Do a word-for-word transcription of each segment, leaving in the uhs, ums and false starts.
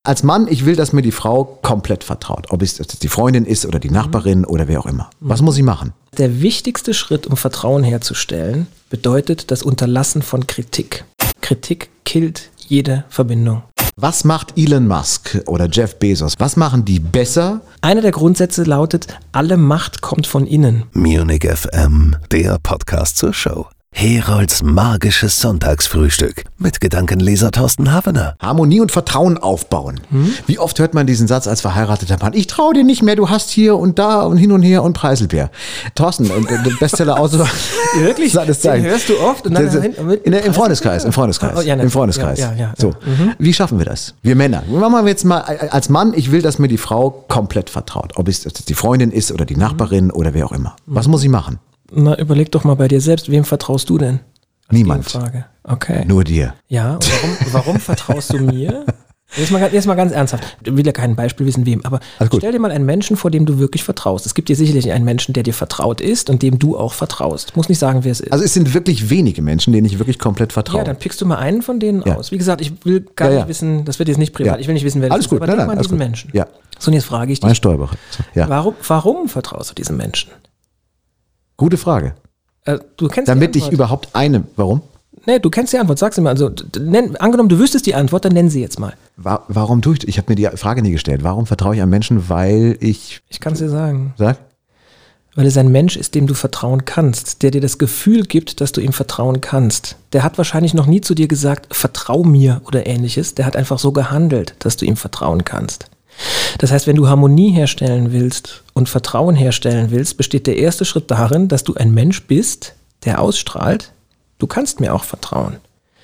Als Mann, ich will, dass mir die Frau komplett vertraut. Ob es die Freundin ist oder die Nachbarin oder wer auch immer. Was muss ich machen? Der wichtigste Schritt, um Vertrauen herzustellen, bedeutet das Unterlassen von Kritik. Kritik killt jede Verbindung. Was macht Elon Musk oder Jeff Bezos? Was machen die besser? Einer der Grundsätze lautet, alle Macht kommt von innen. Munich F M, der Podcast zur Show. Herolds magisches Sonntagsfrühstück mit Gedankenleser Thorsten Havener. Harmonie und Vertrauen aufbauen. Hm? Wie oft hört man diesen Satz als verheirateter Mann? Ich traue dir nicht mehr, du hast hier und da und hin und her und Preiselbeer. Thorsten, der Bestseller-Autor. Wirklich? Den hörst du oft? Und dann das, mit in der, Im Freundeskreis. Im Freundeskreis. Oh, ja, Im Freundeskreis. Ja, ja, ja, so. Mhm. Wie schaffen wir das? Wir Männer. Machen wir jetzt mal als Mann, ich will, dass mir die Frau komplett vertraut. Ob es die Freundin ist oder die Nachbarin mhm. oder wer auch immer. Was muss ich machen? Na, überleg doch mal bei dir selbst, wem vertraust du denn? Niemand. Frage. Okay. Nur dir. Ja, und warum, warum vertraust du mir? Jetzt mal, jetzt mal ganz ernsthaft. Ich will ja kein Beispiel wissen, wem, aber stell dir mal einen Menschen, vor dem du wirklich vertraust. Es gibt dir sicherlich einen Menschen, der dir vertraut ist und dem du auch vertraust. Muss nicht sagen, wer es ist. Also es sind wirklich wenige Menschen, denen ich wirklich komplett vertraue. Ja, dann pickst du mal einen von denen ja. aus. Wie gesagt, ich will gar ja, ja. nicht wissen, das wird jetzt nicht privat, ja. ich will nicht wissen, wer das alles ist, gut. aber nein, denk nein, mal an diesen gut. Menschen. Ja. So, und jetzt frage ich dich. Mein Steuerberater. Ja. Warum, warum vertraust du diesem Menschen? Gute Frage. Äh, du kennst Damit die ich überhaupt eine, warum? Nee, du kennst die Antwort, sag sie mal. Also, nenn, angenommen, du wüsstest die Antwort, dann nenn sie jetzt mal. War, warum tue ich, ich habe mir die Frage nie gestellt, warum vertraue ich einem Menschen, weil ich... Ich kann es dir sagen. Sag? Weil es ein Mensch ist, dem du vertrauen kannst, der dir das Gefühl gibt, dass du ihm vertrauen kannst. Der hat wahrscheinlich noch nie zu dir gesagt, vertrau mir oder ähnliches. Der hat einfach so gehandelt, dass du ihm vertrauen kannst. Das heißt, wenn du Harmonie herstellen willst und Vertrauen herstellen willst, besteht der erste Schritt darin, dass du ein Mensch bist, der ausstrahlt, du kannst mir auch vertrauen.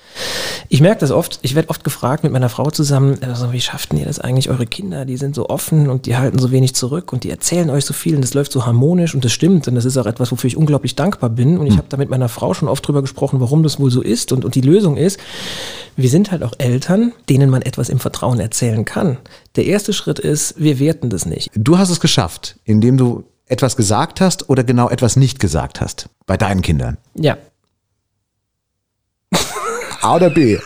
Ich merke das oft, ich werde oft gefragt mit meiner Frau zusammen, also wie schafft ihr das eigentlich, eure Kinder, die sind so offen und die halten so wenig zurück und die erzählen euch so viel und das läuft so harmonisch und das stimmt und das ist auch etwas, wofür ich unglaublich dankbar bin und ich habe da mit meiner Frau schon oft drüber gesprochen, warum das wohl so ist und, und die Lösung ist, wir sind halt auch Eltern, denen man etwas im Vertrauen erzählen kann. Der erste Schritt ist, wir werten das nicht. Du hast es geschafft, indem du etwas gesagt hast oder genau etwas nicht gesagt hast bei deinen Kindern. Ja. A oder B?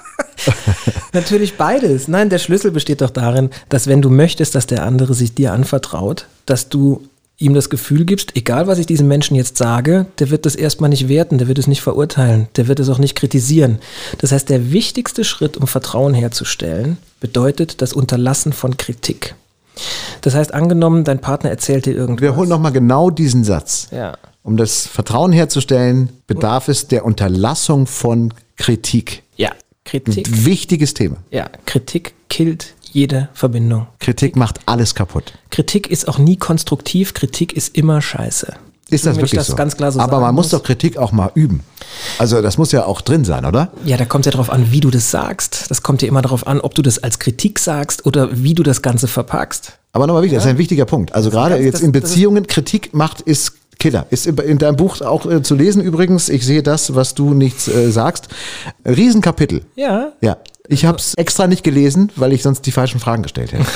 Natürlich beides. Nein, der Schlüssel besteht doch darin, dass wenn du möchtest, dass der andere sich dir anvertraut, dass du ihm das Gefühl gibst, egal was ich diesem Menschen jetzt sage, der wird das erstmal nicht werten, der wird es nicht verurteilen, der wird es auch nicht kritisieren. Das heißt, der wichtigste Schritt, um Vertrauen herzustellen, bedeutet das Unterlassen von Kritik. Das heißt, angenommen, dein Partner erzählt dir irgendwas. Wir holen nochmal genau diesen Satz. Ja. Um das Vertrauen herzustellen, bedarf es der Unterlassung von Kritik. Ja, Kritik. Ein wichtiges Thema. Ja, Kritik killt jede Verbindung. Kritik macht alles kaputt. Kritik ist auch nie konstruktiv, Kritik ist immer scheiße. Ist das Wenn wirklich ich das so? ganz klar so Aber sagen man muss muss. doch Kritik auch mal üben. Also das muss ja auch drin sein, oder? Ja, da kommt es ja darauf an, wie du das sagst. Das kommt ja immer darauf an, ob du das als Kritik sagst oder wie du das Ganze verpackst. Aber nochmal wichtig, das ist ein wichtiger Punkt. Also gerade ganz- jetzt das- in das Beziehungen, Kritik macht ist Killer. Ist in deinem Buch auch äh, zu lesen übrigens. Ich sehe das, was du nicht äh, sagst. Riesenkapitel. Ja. Ja. Ich habe es extra nicht gelesen, weil ich sonst die falschen Fragen gestellt hätte.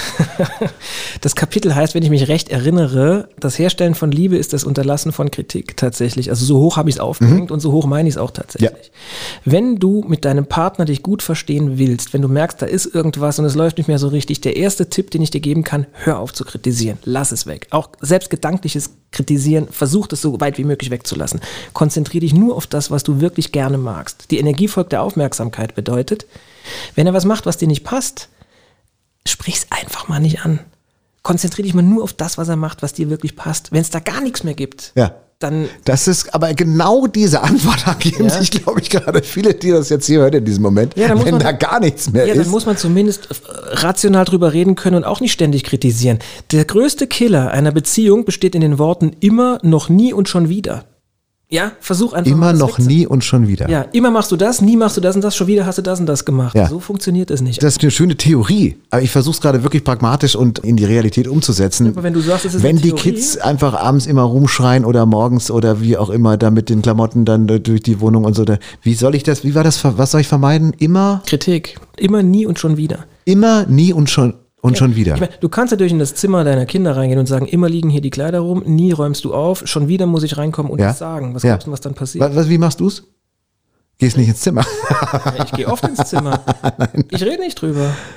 Das Kapitel heißt, wenn ich mich recht erinnere, das Herstellen von Liebe ist das Unterlassen von Kritik tatsächlich. Also so hoch habe ich es aufgehängt mhm. und so hoch meine ich es auch tatsächlich. Ja. Wenn du mit deinem Partner dich gut verstehen willst, wenn du merkst, da ist irgendwas und es läuft nicht mehr so richtig, der erste Tipp, den ich dir geben kann, hör auf zu kritisieren. Lass es weg. Auch selbst gedankliches Kritisieren, versuch das so weit wie möglich wegzulassen. Konzentriere dich nur auf das, was du wirklich gerne magst. Die Energie folgt der Aufmerksamkeit bedeutet, wenn er was macht, was dir nicht passt, sprich's einfach mal nicht an. Konzentriere dich mal nur auf das, was er macht, was dir wirklich passt. Wenn es da gar nichts mehr gibt, ja. dann... Das ist aber genau diese Antwort, da geben Ja. sich, glaube ich, gerade viele, die das jetzt hier hören in diesem Moment, Ja, dann muss wenn man- da gar nichts mehr Ja, ist. dann muss man zumindest rational drüber reden können und auch nicht ständig kritisieren. Der größte Killer einer Beziehung besteht in den Worten immer, noch nie und schon wieder. Ja, versuch einfach Immer mal das noch wegzu- nie und schon wieder. Ja, immer machst du das, nie machst du das und das, schon wieder hast du das und das gemacht. Ja. So funktioniert es nicht. Das ist eine schöne Theorie, aber ich versuche es gerade wirklich pragmatisch und in die Realität umzusetzen. Aber wenn du sagst, es ist wenn eine die Theorie- Kids einfach abends immer rumschreien oder morgens oder wie auch immer da mit den Klamotten dann durch die Wohnung und so, da, wie soll ich das, wie war das, was soll ich vermeiden? Immer, Kritik. Immer, nie und schon wieder. immer, nie und schon und schon wieder. Ich meine, du kannst natürlich in das Zimmer deiner Kinder reingehen und sagen, immer liegen hier die Kleider rum, nie räumst du auf, schon wieder muss ich reinkommen und Ja. das sagen. Was Ja. glaubst du, was dann passiert? Was, was, wie machst du's? Gehst nicht ins Zimmer. Ich gehe oft ins Zimmer. Ich rede nicht drüber.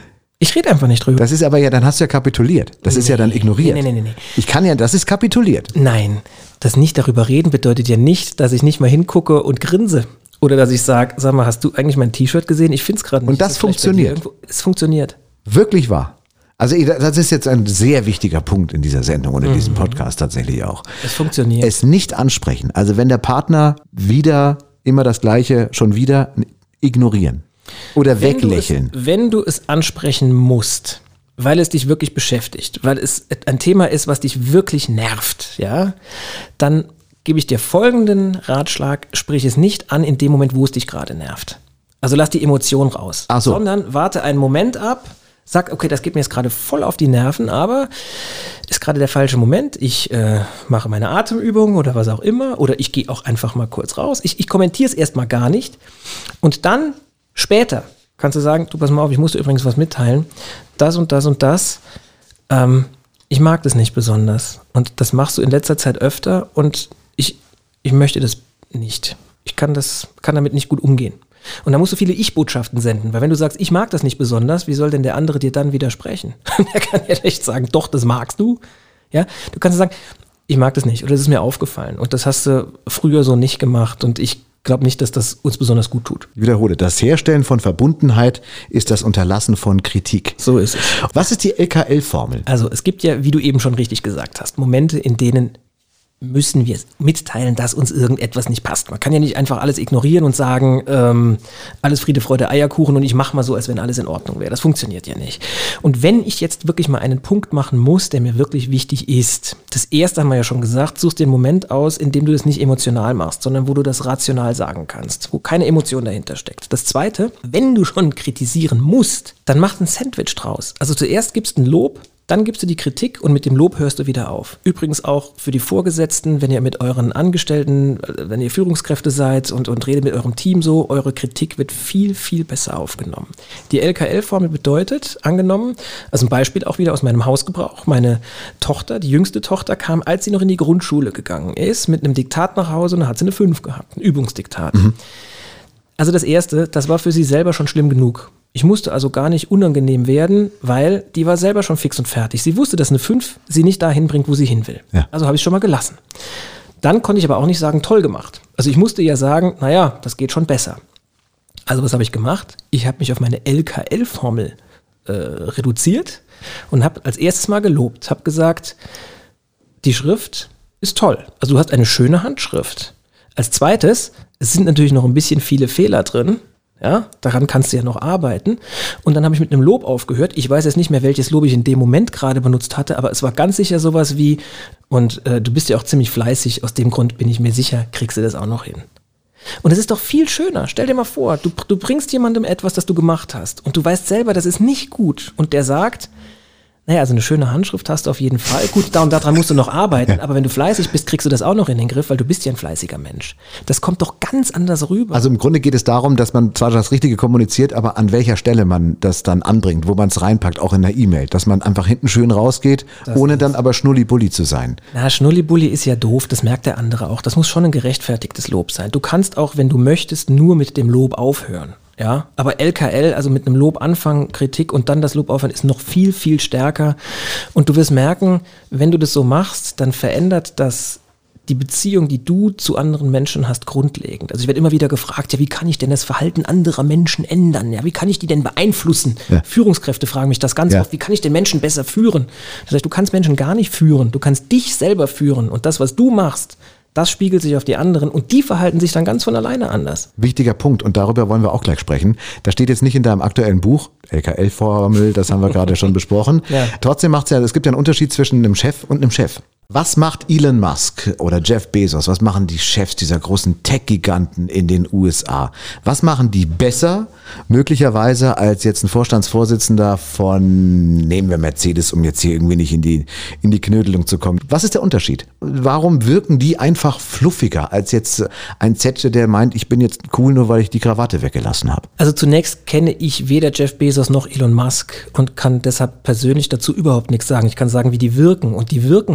Ich rede einfach nicht drüber. Das ist aber ja, dann hast du ja kapituliert. Das nee, ist ja dann ignoriert. Nee, nee, nee, nee. Ich kann ja, das ist kapituliert. Nein, das nicht darüber reden bedeutet ja nicht, dass ich nicht mal hingucke und grinse. Oder dass ich sage, sag mal, hast du eigentlich mein T-Shirt gesehen? Ich finde es gerade nicht. Und das funktioniert. Es funktioniert. Wirklich wahr. Also das ist jetzt ein sehr wichtiger Punkt in dieser Sendung und in mhm. diesem Podcast tatsächlich auch. Es funktioniert. Es nicht ansprechen. Also wenn der Partner wieder immer das Gleiche schon wieder ignorieren oder wenn weglächeln. Du es, wenn du es ansprechen musst, weil es dich wirklich beschäftigt, weil es ein Thema ist, was dich wirklich nervt, ja, dann gebe ich dir folgenden Ratschlag: Sprich es nicht an in dem Moment, wo es dich gerade nervt. Also lass die Emotion raus, Ach so. sondern warte einen Moment ab. Sag, okay, das geht mir jetzt gerade voll auf die Nerven, aber ist gerade der falsche Moment. Ich äh, mache meine Atemübung oder was auch immer. Oder ich gehe auch einfach mal kurz raus. Ich, ich kommentiere es erstmal gar nicht. Und dann später kannst du sagen, du pass mal auf, ich muss dir übrigens was mitteilen. Das und das und das. Ähm, ich mag das nicht besonders. Und das machst du in letzter Zeit öfter. Und ich, ich möchte das nicht. Ich kann, das, kann damit nicht gut umgehen. Und da musst du viele Ich-Botschaften senden, weil wenn du sagst, ich mag das nicht besonders, wie soll denn der andere dir dann widersprechen? Der kann ja echt sagen, doch, das magst du. Ja, du kannst sagen, ich mag das nicht oder das ist mir aufgefallen und das hast du früher so nicht gemacht und ich glaube nicht, dass das uns besonders gut tut. Ich wiederhole, das Herstellen von Verbundenheit ist das Unterlassen von Kritik. So ist es. Was ist die L K L-Formel? Also es gibt ja, wie du eben schon richtig gesagt hast, Momente, in denen müssen wir mitteilen, dass uns irgendetwas nicht passt. Man kann ja nicht einfach alles ignorieren und sagen, ähm, alles Friede, Freude, Eierkuchen und ich mache mal so, als wenn alles in Ordnung wäre. Das funktioniert ja nicht. Und wenn ich jetzt wirklich mal einen Punkt machen muss, der mir wirklich wichtig ist, das erste haben wir ja schon gesagt, suchst den Moment aus, in dem du das nicht emotional machst, sondern wo du das rational sagen kannst, wo keine Emotion dahinter steckt. Das zweite, wenn du schon kritisieren musst, dann mach ein Sandwich draus. Also zuerst gibst du ein Lob, dann gibst du die Kritik und mit dem Lob hörst du wieder auf. Übrigens auch für die Vorgesetzten, wenn ihr mit euren Angestellten, wenn ihr Führungskräfte seid und, und redet mit eurem Team so, eure Kritik wird viel, viel besser aufgenommen. Die L K L-Formel bedeutet, angenommen, also ein Beispiel auch wieder aus meinem Hausgebrauch, meine Tochter, die jüngste Tochter kam, als sie noch in die Grundschule gegangen ist, mit einem Diktat nach Hause und dann hat sie eine fünf gehabt, ein Übungsdiktat. Mhm. Also das erste, das war für sie selber schon schlimm genug. Ich musste also gar nicht unangenehm werden, weil die war selber schon fix und fertig. Sie wusste, dass eine fünf sie nicht dahin bringt, wo sie hin will. Ja. Also habe ich es schon mal gelassen. Dann konnte ich aber auch nicht sagen, toll gemacht. Also ich musste ja sagen, naja, das geht schon besser. Also was habe ich gemacht? Ich habe mich auf meine L K L-Formel äh, reduziert und habe als erstes mal gelobt. Habe gesagt, die Schrift ist toll. Also du hast eine schöne Handschrift. Als zweites, es sind natürlich noch ein bisschen viele Fehler drin. Ja, daran kannst du ja noch arbeiten. Und dann habe ich mit einem Lob aufgehört. Ich weiß jetzt nicht mehr, welches Lob ich in dem Moment gerade benutzt hatte, aber es war ganz sicher sowas wie, und äh, du bist ja auch ziemlich fleißig, aus dem Grund bin ich mir sicher, kriegst du das auch noch hin. Und es ist doch viel schöner. Stell dir mal vor, du, du bringst jemandem etwas, das du gemacht hast und du weißt selber, das ist nicht gut. Und der sagt, naja, also eine schöne Handschrift hast du auf jeden Fall. Gut, da und daran musst du noch arbeiten, ja. Aber wenn du fleißig bist, kriegst du das auch noch in den Griff, weil du bist ja ein fleißiger Mensch. Das kommt doch ganz anders rüber. Also im Grunde geht es darum, dass man zwar das Richtige kommuniziert, aber an welcher Stelle man das dann anbringt, wo man es reinpackt, auch in der E-Mail, dass man einfach hinten schön rausgeht, das ohne dann aber Schnullibulli zu sein. Na, Schnullibulli ist ja doof, das merkt der andere auch. Das muss schon ein gerechtfertigtes Lob sein. Du kannst auch, wenn du möchtest, nur mit dem Lob aufhören. Ja, aber L K L, also mit einem Lob anfangen, Kritik und dann das Lob aufhören, ist noch viel, viel stärker. Und du wirst merken, wenn du das so machst, dann verändert das die Beziehung, die du zu anderen Menschen hast, grundlegend. Also ich werde immer wieder gefragt, ja, wie kann ich denn das Verhalten anderer Menschen ändern? Ja, wie kann ich die denn beeinflussen? Ja. Führungskräfte fragen mich das ganz ja. oft. Wie kann ich den Menschen besser führen? Das heißt, du kannst Menschen gar nicht führen. Du kannst dich selber führen. Und das, was du machst, das spiegelt sich auf die anderen und die verhalten sich dann ganz von alleine anders. Wichtiger Punkt und darüber wollen wir auch gleich sprechen. Das steht jetzt nicht in deinem aktuellen Buch, L K L-Formel, das haben wir gerade schon besprochen. Ja. Trotzdem macht es ja, es gibt ja einen Unterschied zwischen einem Chef und einem Chef. Was macht Elon Musk oder Jeff Bezos, was machen die Chefs dieser großen Tech-Giganten in den U S A? Was machen die besser, möglicherweise, als jetzt ein Vorstandsvorsitzender von, nehmen wir Mercedes, um jetzt hier irgendwie nicht in die, in die Knödelung zu kommen. Was ist der Unterschied? Warum wirken die einfach fluffiger als jetzt ein Zetsche, der meint, ich bin jetzt cool, nur weil ich die Krawatte weggelassen habe? Also zunächst kenne ich weder Jeff Bezos noch Elon Musk und kann deshalb persönlich dazu überhaupt nichts sagen. Ich kann sagen, wie die wirken und die wirken halt als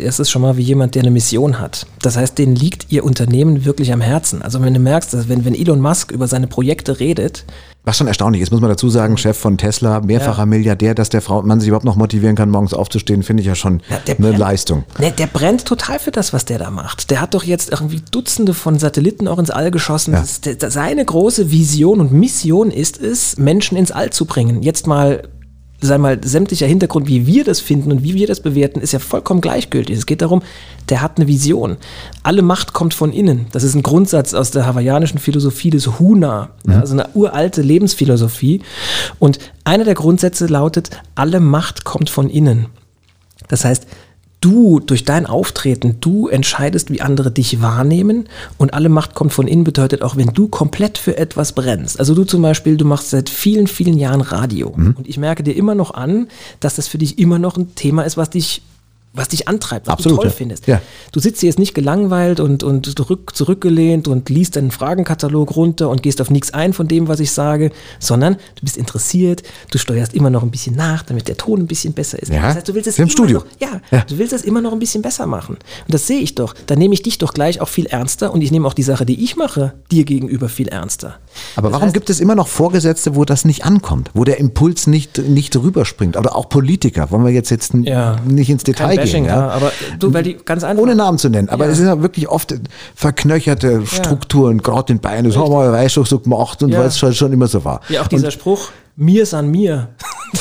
erstes schon mal wie jemand, der eine Mission hat. Das heißt, denen liegt ihr Unternehmen wirklich am Herzen. Also wenn du merkst, dass wenn, wenn Elon Musk über seine Projekte redet. Was schon erstaunlich ist, muss man dazu sagen, Chef von Tesla, mehrfacher ja. Milliardär, dass der Frau, man sich überhaupt noch motivieren kann, morgens aufzustehen, finde ich ja schon ja, eine brennt, Leistung. Ne, der brennt total für das, was der da macht. Der hat doch jetzt irgendwie Dutzende von Satelliten auch ins All geschossen. Ja. Das, das, seine große Vision und Mission ist es, Menschen ins All zu bringen. Jetzt mal sei mal, sämtlicher Hintergrund, wie wir das finden und wie wir das bewerten, ist ja vollkommen gleichgültig. Es geht darum, der hat eine Vision. Alle Macht kommt von innen. Das ist ein Grundsatz aus der hawaiianischen Philosophie des Huna, mhm. also eine uralte Lebensphilosophie. Und einer der Grundsätze lautet, alle Macht kommt von innen. Das heißt, du, durch dein Auftreten, du entscheidest, wie andere dich wahrnehmen, und alle Macht kommt von innen bedeutet auch, wenn du komplett für etwas brennst. Also du zum Beispiel, du machst seit vielen, vielen Jahren Radio, mhm. und ich merke dir immer noch an, dass das für dich immer noch ein Thema ist, was dich was dich antreibt, was Absolut, du toll ja. findest. Ja. Du sitzt hier jetzt nicht gelangweilt und, und zurück, zurückgelehnt und liest deinen Fragenkatalog runter und gehst auf nichts ein von dem, was ich sage, sondern du bist interessiert, du steuerst immer noch ein bisschen nach, damit der Ton ein bisschen besser ist. Ja. Das heißt, du willst es Im immer Studio. noch, ja, ja, du willst es immer noch ein bisschen besser machen. Und das sehe ich doch. Da nehme ich dich doch gleich auch viel ernster, und ich nehme auch die Sache, die ich mache, dir gegenüber viel ernster. Aber das warum heißt, gibt es immer noch Vorgesetzte, wo das nicht ankommt, wo der Impuls nicht, nicht rüberspringt? Oder auch Politiker, wollen wir jetzt, jetzt ja, nicht ins Detail Bashing, gehen. Ja? Ja, aber du, weil die ganz einfach. Ohne Namen zu nennen, aber Ja. es sind ja wirklich oft verknöcherte Strukturen, gerade in Bayern, das haben wir weißt du, so gemacht und Ja. weil es schon, schon immer so war. Ja, auch dieser und, Spruch, mir ist an mir.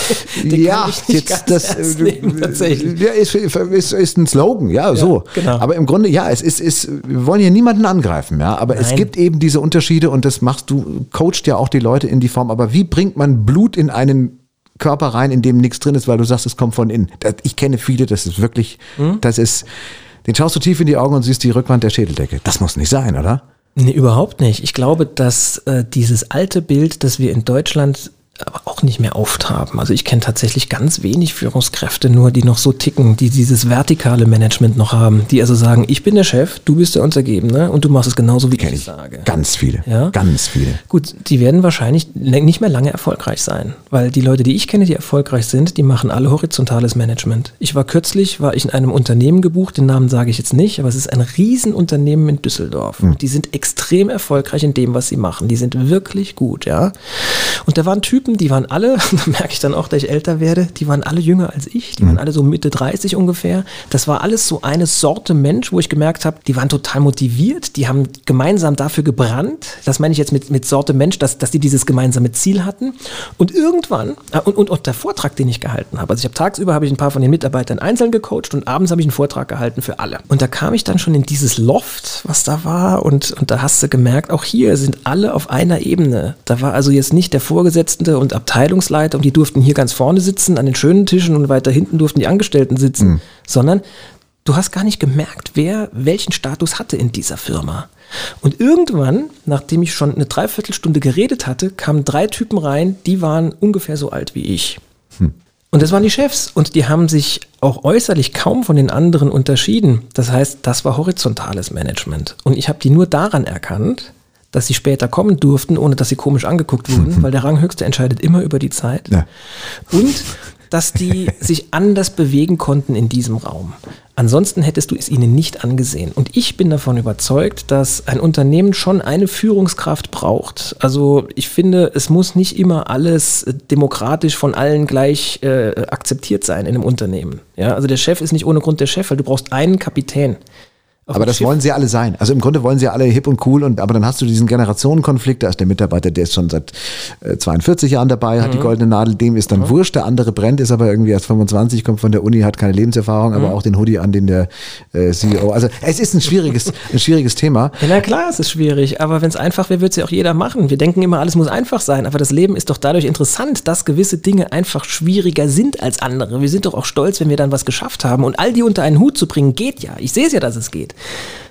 Den ja, kann ich nicht jetzt ganz das ernst äh, nehmen, tatsächlich. Ja, ist, ist, ist ein Slogan, ja, so. genau. Aber im Grunde, ja, es ist, ist, wir wollen hier niemanden angreifen, ja, aber es Nein. gibt eben diese Unterschiede, und das machst du, coacht ja auch die Leute in die Form, aber wie bringt man Blut in einen Körper rein, in dem nichts drin ist, weil du sagst, es kommt von innen. Das, ich kenne viele, das ist wirklich, hm? das ist, den schaust du tief in die Augen und siehst die Rückwand der Schädeldecke. Das muss nicht sein, oder? Nee, überhaupt nicht. Ich glaube, dass äh, dieses alte Bild, das wir in Deutschland aber auch nicht mehr oft haben. Also ich kenne tatsächlich ganz wenig Führungskräfte nur, die noch so ticken, die dieses vertikale Management noch haben, die also sagen, ich bin der Chef, du bist der Untergebene und du machst es genauso, wie ich, ich sage. Ganz viele, ja? ganz viele. Gut, die werden wahrscheinlich nicht mehr lange erfolgreich sein, weil die Leute, die ich kenne, die erfolgreich sind, die machen alle horizontales Management. Ich war kürzlich, war ich in einem Unternehmen gebucht, den Namen sage ich jetzt nicht, aber es ist ein Riesenunternehmen in Düsseldorf. Mhm. Die sind extrem erfolgreich in dem, was sie machen. Die sind wirklich gut, ja. Und da waren Typen, die waren alle, da merke ich dann auch, dass ich älter werde, die waren alle jünger als ich, die mhm. waren alle so Mitte dreißig ungefähr. Das war alles so eine Sorte Mensch, wo ich gemerkt habe, die waren total motiviert, die haben gemeinsam dafür gebrannt. Das meine ich jetzt mit, mit Sorte Mensch, dass, dass die dieses gemeinsame Ziel hatten. Und irgendwann, und, und, und der Vortrag, den ich gehalten habe, also ich habe tagsüber habe ich ein paar von den Mitarbeitern einzeln gecoacht und abends habe ich einen Vortrag gehalten für alle. Und da kam ich dann schon in dieses Loft, was da war, und, und da hast du gemerkt, auch hier sind alle auf einer Ebene. Da war also jetzt nicht der Vorgesetzte und Abteilungsleiter und die durften hier ganz vorne sitzen an den schönen Tischen und weiter hinten durften die Angestellten sitzen, mhm. sondern du hast gar nicht gemerkt, wer welchen Status hatte in dieser Firma. Und irgendwann, nachdem ich schon eine Dreiviertelstunde geredet hatte, kamen drei Typen rein, die waren ungefähr so alt wie ich. Hm. Und das waren die Chefs, und die haben sich auch äußerlich kaum von den anderen unterschieden. Das heißt, das war horizontales Management. Und ich habe die nur daran erkannt, dass sie später kommen durften, ohne dass sie komisch angeguckt wurden, mhm. weil der Ranghöchste entscheidet immer über die Zeit. Ja. Und dass die sich anders bewegen konnten in diesem Raum. Ansonsten hättest du es ihnen nicht angesehen. Und ich bin davon überzeugt, dass ein Unternehmen schon eine Führungskraft braucht. Also ich finde, es muss nicht immer alles demokratisch von allen gleich äh, akzeptiert sein in einem Unternehmen. Ja? Also der Chef ist nicht ohne Grund der Chef, weil du brauchst einen Kapitän. Aber das Schiff. Wollen sie alle sein. Also im Grunde wollen sie alle hip und cool, und aber dann hast du diesen Generationenkonflikt. Da ist der Mitarbeiter, der ist schon seit äh, zweiundvierzig Jahren dabei, hat mhm. die goldene Nadel, dem ist dann mhm. wurscht, der andere brennt, ist aber irgendwie erst fünfundzwanzig, kommt von der Uni, hat keine Lebenserfahrung, mhm. aber auch den Hoodie an, den der äh, C E O. Also es ist ein schwieriges, ein schwieriges Thema. Ja, na klar, es ist schwierig, aber wenn es einfach wäre, würde es ja auch jeder machen. Wir denken immer, alles muss einfach sein, aber das Leben ist doch dadurch interessant, dass gewisse Dinge einfach schwieriger sind als andere. Wir sind doch auch stolz, wenn wir dann was geschafft haben, und all die unter einen Hut zu bringen, geht ja. Ich sehe es ja, dass es geht.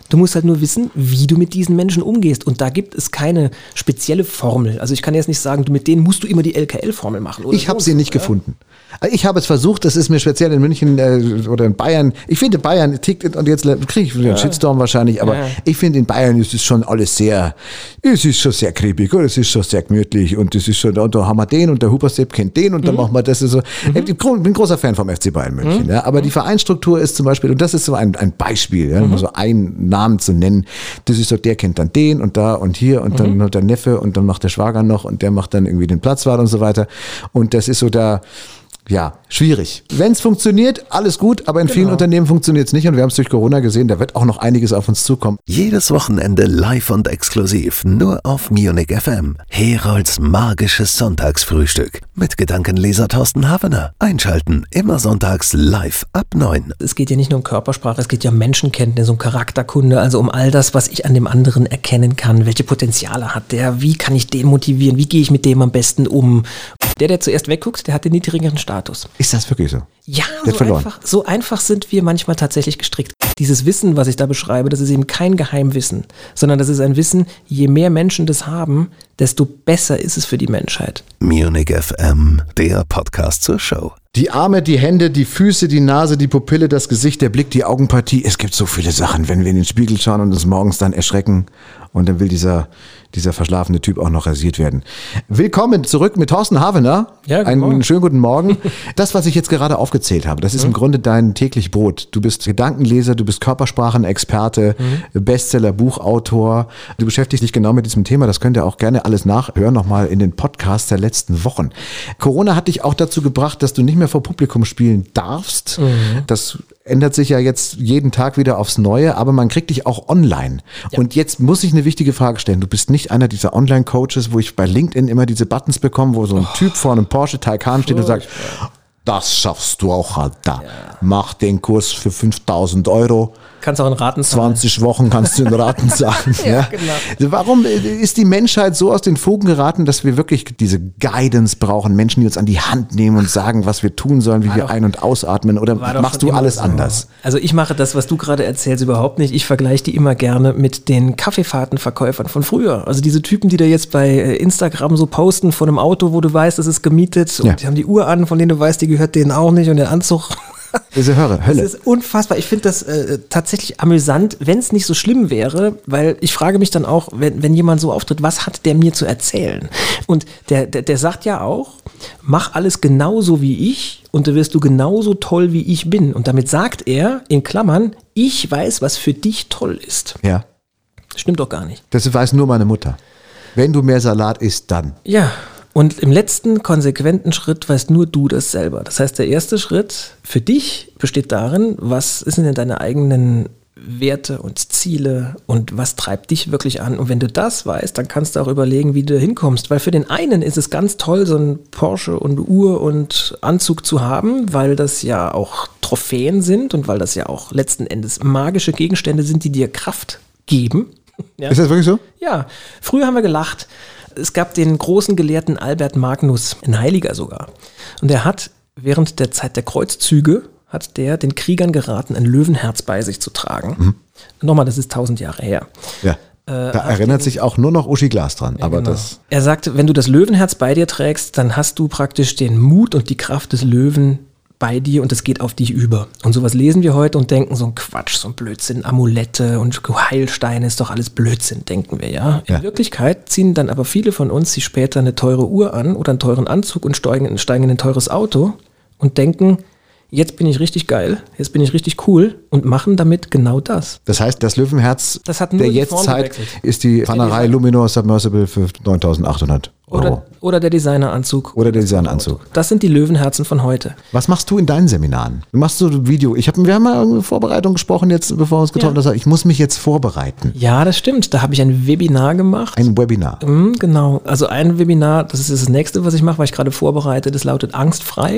Du musst halt nur wissen, wie du mit diesen Menschen umgehst. Und da gibt es keine spezielle Formel. Also ich kann jetzt nicht sagen, du, mit denen musst du immer die L K L-Formel machen. Oder ich habe so, sie nicht ja? gefunden. Ich habe es versucht, das ist mir speziell in München äh, oder in Bayern, ich finde Bayern tickt, und jetzt kriege ich wieder einen Shitstorm wahrscheinlich, aber ja. ich finde in Bayern ist es schon alles sehr, es ist schon sehr kribbig und es ist schon sehr gemütlich und es ist schon, und da haben wir den und der Hubersepp kennt den und mhm. dann machen wir das. So. Mhm. Ich bin ein großer Fan vom F C Bayern München, mhm. ja, aber mhm. die Vereinsstruktur ist zum Beispiel, und das ist so ein, ein Beispiel, ja, mhm. um so einen Namen zu nennen, das ist so, der kennt dann den und da und hier und dann mhm. hat der Neffe und dann macht der Schwager noch und der macht dann irgendwie den Platzwart und so weiter und das ist so da, ja, schwierig. Wenn es funktioniert, alles gut, aber in genau. vielen Unternehmen funktioniert es nicht und wir haben es durch Corona gesehen, da wird auch noch einiges auf uns zukommen. Jedes Wochenende live und exklusiv, nur auf Munich F M. Herolds magisches Sonntagsfrühstück mit Gedankenleser Thorsten Havener. Einschalten, immer sonntags live ab neun. Es geht ja nicht nur um Körpersprache, es geht ja um Menschenkenntnis, um Charakterkunde, also um all das, was ich an dem anderen erkennen kann. Welche Potenziale hat der? Wie kann ich den motivieren? Wie gehe ich mit dem am besten um? Der, der zuerst wegguckt, der hat den niedrigeren Status. Ist das wirklich so? Ja, so einfach, so einfach sind wir manchmal tatsächlich gestrickt. Dieses Wissen, was ich da beschreibe, das ist eben kein Geheimwissen, sondern das ist ein Wissen, je mehr Menschen das haben, desto besser ist es für die Menschheit. Munich F M, der Podcast zur Show. Die Arme, die Hände, die Füße, die Nase, die Pupille, das Gesicht, der Blick, die Augenpartie. Es gibt so viele Sachen, wenn wir in den Spiegel schauen und uns morgens dann erschrecken. Und dann will dieser, dieser verschlafene Typ auch noch rasiert werden. Willkommen zurück mit Thorsten Havener. Ja, guten Einen Morgen. schönen guten Morgen. Das, was ich jetzt gerade aufgezählt habe, das ist mhm. im Grunde dein täglich Brot. Du bist Gedankenleser, du bist Körpersprachenexperte, mhm. Bestseller, Buchautor. Du beschäftigst dich genau mit diesem Thema. Das könnt ihr auch gerne alles nachhören, nochmal in den Podcasts der letzten Wochen. Corona hat dich auch dazu gebracht, dass du nicht mehr vor Publikum spielen darfst. Mhm. Das ändert sich ja jetzt jeden Tag wieder aufs Neue, aber man kriegt dich auch online. Ja. Und jetzt muss ich eine wichtige Frage stellen. Du bist nicht einer dieser Online-Coaches, wo ich bei LinkedIn immer diese Buttons bekomme, wo so ein oh. Typ vor einem Porsche Taycan steht und sagt, das schaffst du auch halt da. Ja. Mach den Kurs für fünftausend Euro. Kannst auch in Raten zahlen. zwanzig Wochen kannst du in Raten zahlen. ja, ja. Genau. Warum ist die Menschheit so aus den Fugen geraten, dass wir wirklich diese Guidance brauchen? Menschen, die uns an die Hand nehmen und sagen, was wir tun sollen, wie war wir doch, ein- und ausatmen? Oder machst du alles so anders? Also ich mache das, was du gerade erzählst, überhaupt nicht. Ich vergleiche die immer gerne mit den Kaffeefahrtenverkäufern von früher. Also diese Typen, die da jetzt bei Instagram so posten von einem Auto, wo du weißt, das ist gemietet und ja. die haben die Uhr an, von denen du weißt, die gehört denen auch nicht und den Anzug. Diese Hölle. Hölle. Das ist unfassbar. Ich finde das äh, tatsächlich amüsant, wenn es nicht so schlimm wäre, weil ich frage mich dann auch, wenn, wenn jemand so auftritt, was hat der mir zu erzählen? Und der, der, der sagt ja auch, mach alles genauso wie ich und da wirst du genauso toll, wie ich bin. Und damit sagt er, in Klammern, ich weiß, was für dich toll ist. Ja. Das stimmt doch gar nicht. Das weiß nur meine Mutter. Wenn du mehr Salat isst, dann. Ja. Und im letzten konsequenten Schritt weißt nur du das selber. Das heißt, der erste Schritt für dich besteht darin, was sind denn deine eigenen Werte und Ziele und was treibt dich wirklich an? Und wenn du das weißt, dann kannst du auch überlegen, wie du da hinkommst. Weil für den einen ist es ganz toll, so ein Porsche und Uhr und Anzug zu haben, weil das ja auch Trophäen sind und weil das ja auch letzten Endes magische Gegenstände sind, die dir Kraft geben. Ja? Ist das wirklich so? Ja. Früher haben wir gelacht. Es gab den großen Gelehrten Albert Magnus, ein Heiliger sogar. Und der hat während der Zeit der Kreuzzüge, hat der den Kriegern geraten, ein Löwenherz bei sich zu tragen. Mhm. Nochmal, das ist tausend Jahre her. Ja, äh, da erinnert den, sich auch nur noch Uschi Glas dran. Ja, aber genau. das er sagte, wenn du das Löwenherz bei dir trägst, dann hast du praktisch den Mut und die Kraft des Löwen bei dir und es geht auf dich über. Und sowas lesen wir heute und denken, so ein Quatsch, so ein Blödsinn, Amulette und Heilsteine ist doch alles Blödsinn, denken wir, ja. In ja. Wirklichkeit ziehen dann aber viele von uns sich später eine teure Uhr an oder einen teuren Anzug und steigen, steigen in ein teures Auto und denken, jetzt bin ich richtig geil, jetzt bin ich richtig cool und machen damit genau das. Das heißt, das Löwenherz das hat nur der Jetztzeit ist die Pfannerei Luminor Submersible für neuntausendachthundert Euro. Oder, oder der Designeranzug. Oder der Designeranzug. Das sind die Löwenherzen von heute. Was machst du in deinen Seminaren? Du machst so ein Video. Ich hab, wir haben mal eine Vorbereitung gesprochen, jetzt, bevor wir uns getroffen haben. Ja. Ich muss mich jetzt vorbereiten. Ja, das stimmt. Da habe ich ein Webinar gemacht. Ein Webinar. Mhm, genau. Also ein Webinar, das ist das nächste, was ich mache, weil ich gerade vorbereite. Das lautet angstfrei.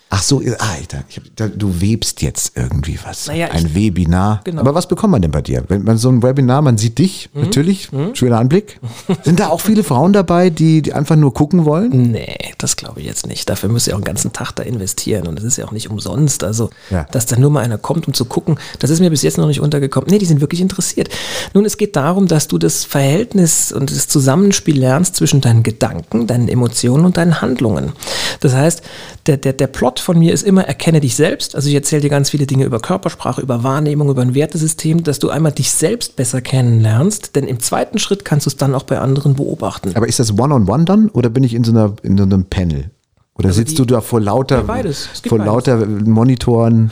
Ach so, ah, ich, ich, du webst jetzt irgendwie was. Naja, ein ich, Webinar. Genau. Aber was bekommt man denn bei dir? Wenn man so ein Webinar, man sieht dich, mhm. natürlich, mhm. schöner Anblick. Sind da auch viele Frauen dabei, die, die einfach nur gucken wollen? Nee, das glaube ich jetzt nicht. Dafür müsst ihr auch einen ganzen Tag da investieren und das ist ja auch nicht umsonst. Also, ja. dass da nur mal einer kommt, um zu gucken, das ist mir bis jetzt noch nicht untergekommen. Nee, die sind wirklich interessiert. Nun, es geht darum, dass du das Verhältnis und das Zusammenspiel lernst zwischen deinen Gedanken, deinen Emotionen und deinen Handlungen. Das heißt, der, der, der Plot von mir ist immer, erkenne dich selbst. Also ich erzähle dir ganz viele Dinge über Körpersprache, über Wahrnehmung, über ein Wertesystem, dass du einmal dich selbst besser kennenlernst, denn im zweiten Schritt kannst du es dann auch bei anderen beobachten. Aber ist das One-on-One dann oder bin ich in so, einer, in so einem Panel? Oder also sitzt die, du da vor lauter, beides. Es gibt vor beides. lauter Monitoren?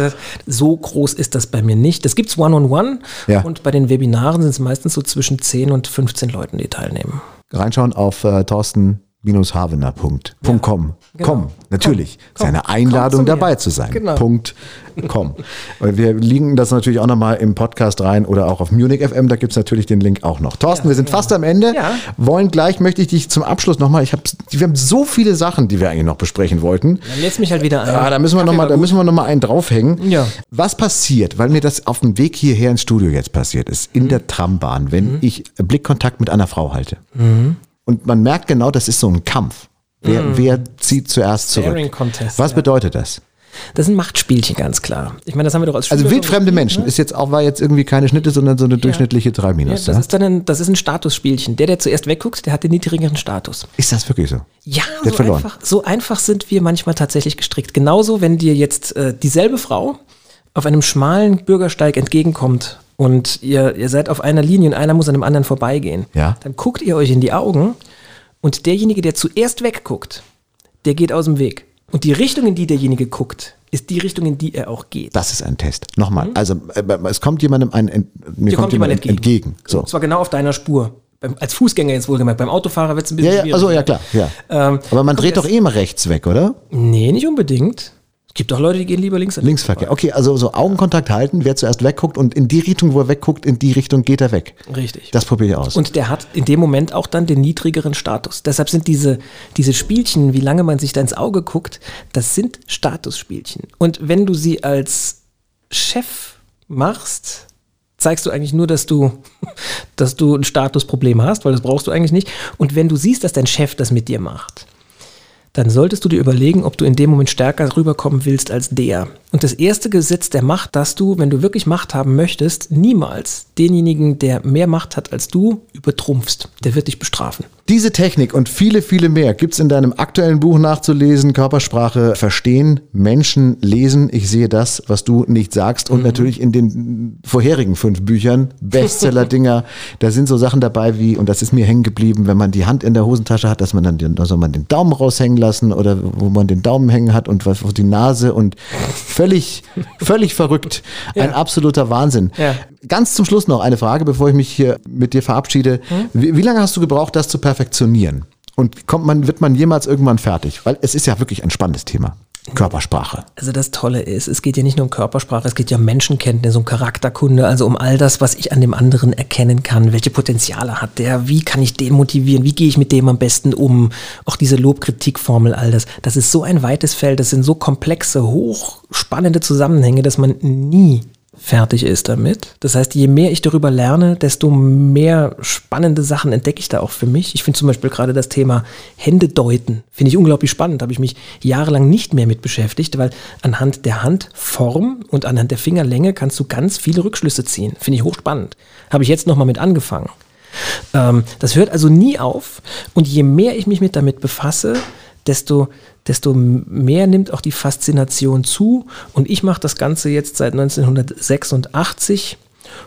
So groß ist das bei mir nicht. Das gibt es One-on-One ja. und bei den Webinaren sind es meistens so zwischen zehn und fünfzehn Leuten, die teilnehmen. Reinschauen auf äh, Thorsten Havener Punkt com. Genau. Komm, natürlich. Komm, ist eine Einladung, zu dabei zu sein. Genau. Punkt com. Wir linken das natürlich auch nochmal im Podcast rein oder auch auf Munich F M, da gibt es natürlich den Link auch noch. Thorsten, ja, wir sind ja. fast am Ende. Ja. Wollen gleich, möchte ich dich zum Abschluss nochmal, ich hab, wir haben so viele Sachen, die wir eigentlich noch besprechen wollten. Dann lädst mich halt wieder ein. Ja, da müssen wir nochmal, da müssen wir noch mal einen draufhängen. Ja. Was passiert, weil mir das auf dem Weg hierher ins Studio jetzt passiert ist, in mhm. der Trambahn, wenn mhm. ich Blickkontakt mit einer Frau halte? Mhm. Und man merkt genau, das ist so ein Kampf. Wer, mm. wer zieht zuerst zurück? Contest, Was ja. bedeutet das? Das sind Machtspielchen, ganz klar. Ich meine, das haben wir doch als Schüler Also wildfremde so Menschen, ne? Ist jetzt auch, war jetzt irgendwie keine Schnitte, sondern so eine ja. durchschnittliche drei Minus. Ja, das, ja? Ist dann ein, das ist ein Statusspielchen. Der, der zuerst wegguckt, der hat den niedrigeren Status. Ist das wirklich so? Ja, so einfach, so einfach sind wir manchmal tatsächlich gestrickt. Genauso, wenn dir jetzt äh, dieselbe Frau auf einem schmalen Bürgersteig entgegenkommt und ihr, ihr seid auf einer Linie und einer muss an dem anderen vorbeigehen, ja. dann guckt ihr euch in die Augen und derjenige, der zuerst wegguckt, der geht aus dem Weg. Und die Richtung, in die derjenige guckt, ist die Richtung, in die er auch geht. Das ist ein Test. Nochmal, mhm. also äh, es kommt jemandem ein, ein mir kommt, kommt jemand entgegen. entgegen. So. Und zwar genau auf deiner Spur. Beim, als Fußgänger jetzt wohlgemerkt. Beim Autofahrer wird es ein bisschen ja, ja, schwierig. Also ja, klar. Ja. Ähm, Aber man dreht doch eh immer rechts weg, oder? Nee, nicht unbedingt. Es gibt auch Leute, die gehen lieber links. Linksverkehr. Okay, also so Augenkontakt halten, wer zuerst wegguckt und in die Richtung, wo er wegguckt, in die Richtung geht er weg. Richtig. Das probiere ich aus. Und der hat in dem Moment auch dann den niedrigeren Status. Deshalb sind diese, diese Spielchen, wie lange man sich da ins Auge guckt, das sind Statusspielchen. Und wenn du sie als Chef machst, zeigst du eigentlich nur, dass du, dass du ein Statusproblem hast, weil das brauchst du eigentlich nicht. Und wenn du siehst, dass dein Chef das mit dir macht, dann solltest du dir überlegen, ob du in dem Moment stärker rüberkommen willst als der. Und das erste Gesetz der Macht, dass du, wenn du wirklich Macht haben möchtest, niemals denjenigen, der mehr Macht hat als du, übertrumpfst. Der wird dich bestrafen. Diese Technik und viele, viele mehr gibt es in deinem aktuellen Buch nachzulesen. Körpersprache verstehen, Menschen lesen. Ich sehe das, was du nicht sagst. Und mhm. natürlich in den vorherigen fünf Büchern, Bestseller-Dinger, da sind so Sachen dabei wie, und das ist mir hängen geblieben, wenn man die Hand in der Hosentasche hat, dass man dann den, da soll man den Daumen raushängen lassen oder wo man den Daumen hängen hat und was, die Nase und völlig, völlig verrückt. Ja. Ein absoluter Wahnsinn. Ja. Ganz zum Schluss noch eine Frage, bevor ich mich hier mit dir verabschiede. Hm? Wie, wie lange hast du gebraucht, das zu perfektionieren? Und kommt man, wird man jemals irgendwann fertig? Weil es ist ja wirklich ein spannendes Thema. Körpersprache. Also das Tolle ist, es geht ja nicht nur um Körpersprache, es geht ja um Menschenkenntnis, um Charakterkunde, also um all das, was ich an dem anderen erkennen kann. Welche Potenziale hat der? Wie kann ich den motivieren? Wie gehe ich mit dem am besten um? Auch diese Lob-Kritik-Formel, all das. Das ist so ein weites Feld, das sind so komplexe, hochspannende Zusammenhänge, dass man nie fertig ist damit. Das heißt, je mehr ich darüber lerne, desto mehr spannende Sachen entdecke ich da auch für mich. Ich finde zum Beispiel gerade das Thema Hände deuten, finde ich unglaublich spannend. Da habe ich mich jahrelang nicht mehr mit beschäftigt, weil anhand der Handform und anhand der Fingerlänge kannst du ganz viele Rückschlüsse ziehen. Finde ich hochspannend. Habe ich jetzt nochmal mit angefangen. Ähm, das hört also nie auf. Und je mehr ich mich mit damit befasse, desto desto mehr nimmt auch die Faszination zu. Und ich mache das Ganze jetzt seit neunzehnhundertsechsundachtzig.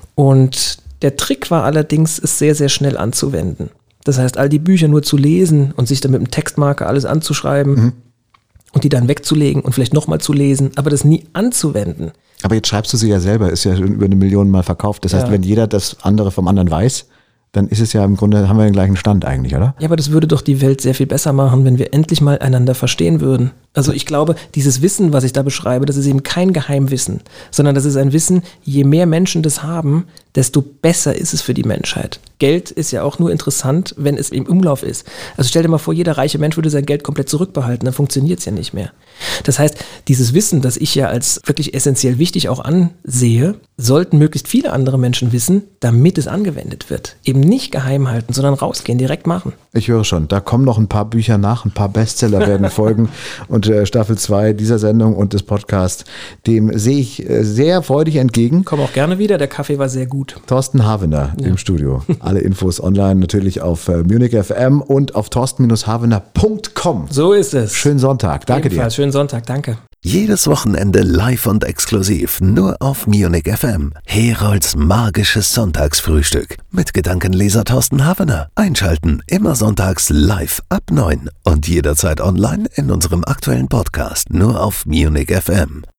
Und der Trick war allerdings, es sehr, sehr schnell anzuwenden. Das heißt, all die Bücher nur zu lesen und sich dann mit dem Textmarker alles anzuschreiben mhm. und die dann wegzulegen und vielleicht nochmal zu lesen, aber das nie anzuwenden. Aber jetzt schreibst du sie ja selber, ist ja über eine Million Mal verkauft. Das heißt, ja. wenn jeder das andere vom anderen weiß, dann ist es ja im Grunde, haben wir den gleichen Stand eigentlich, oder? Ja, aber das würde doch die Welt sehr viel besser machen, wenn wir endlich mal einander verstehen würden. Also ich glaube, dieses Wissen, was ich da beschreibe, das ist eben kein Geheimwissen, sondern das ist ein Wissen, je mehr Menschen das haben, desto besser ist es für die Menschheit. Geld ist ja auch nur interessant, wenn es im Umlauf ist. Also stell dir mal vor, jeder reiche Mensch würde sein Geld komplett zurückbehalten, dann funktioniert es ja nicht mehr. Das heißt, dieses Wissen, das ich ja als wirklich essentiell wichtig auch ansehe, sollten möglichst viele andere Menschen wissen, damit es angewendet wird. Eben nicht geheim halten, sondern rausgehen, direkt machen. Ich höre schon, da kommen noch ein paar Bücher nach, ein paar Bestseller werden folgen und äh, Staffel zwei dieser Sendung und des Podcasts, dem sehe ich äh, sehr freudig entgegen. Komm auch gerne wieder, der Kaffee war sehr gut. Thorsten Havener ja. im Studio. Alle Infos online natürlich auf äh, Munich F M und auf thorsten Havener Punkt com. So ist es. Schönen Sonntag, danke Ebenfalls, dir. Schönen Sonntag, danke. Jedes Wochenende live und exklusiv nur auf Munich F M. Herolds magisches Sonntagsfrühstück mit Gedankenleser Thorsten Havener. Einschalten immer sonntags live ab neun und jederzeit online in unserem aktuellen Podcast nur auf Munich F M.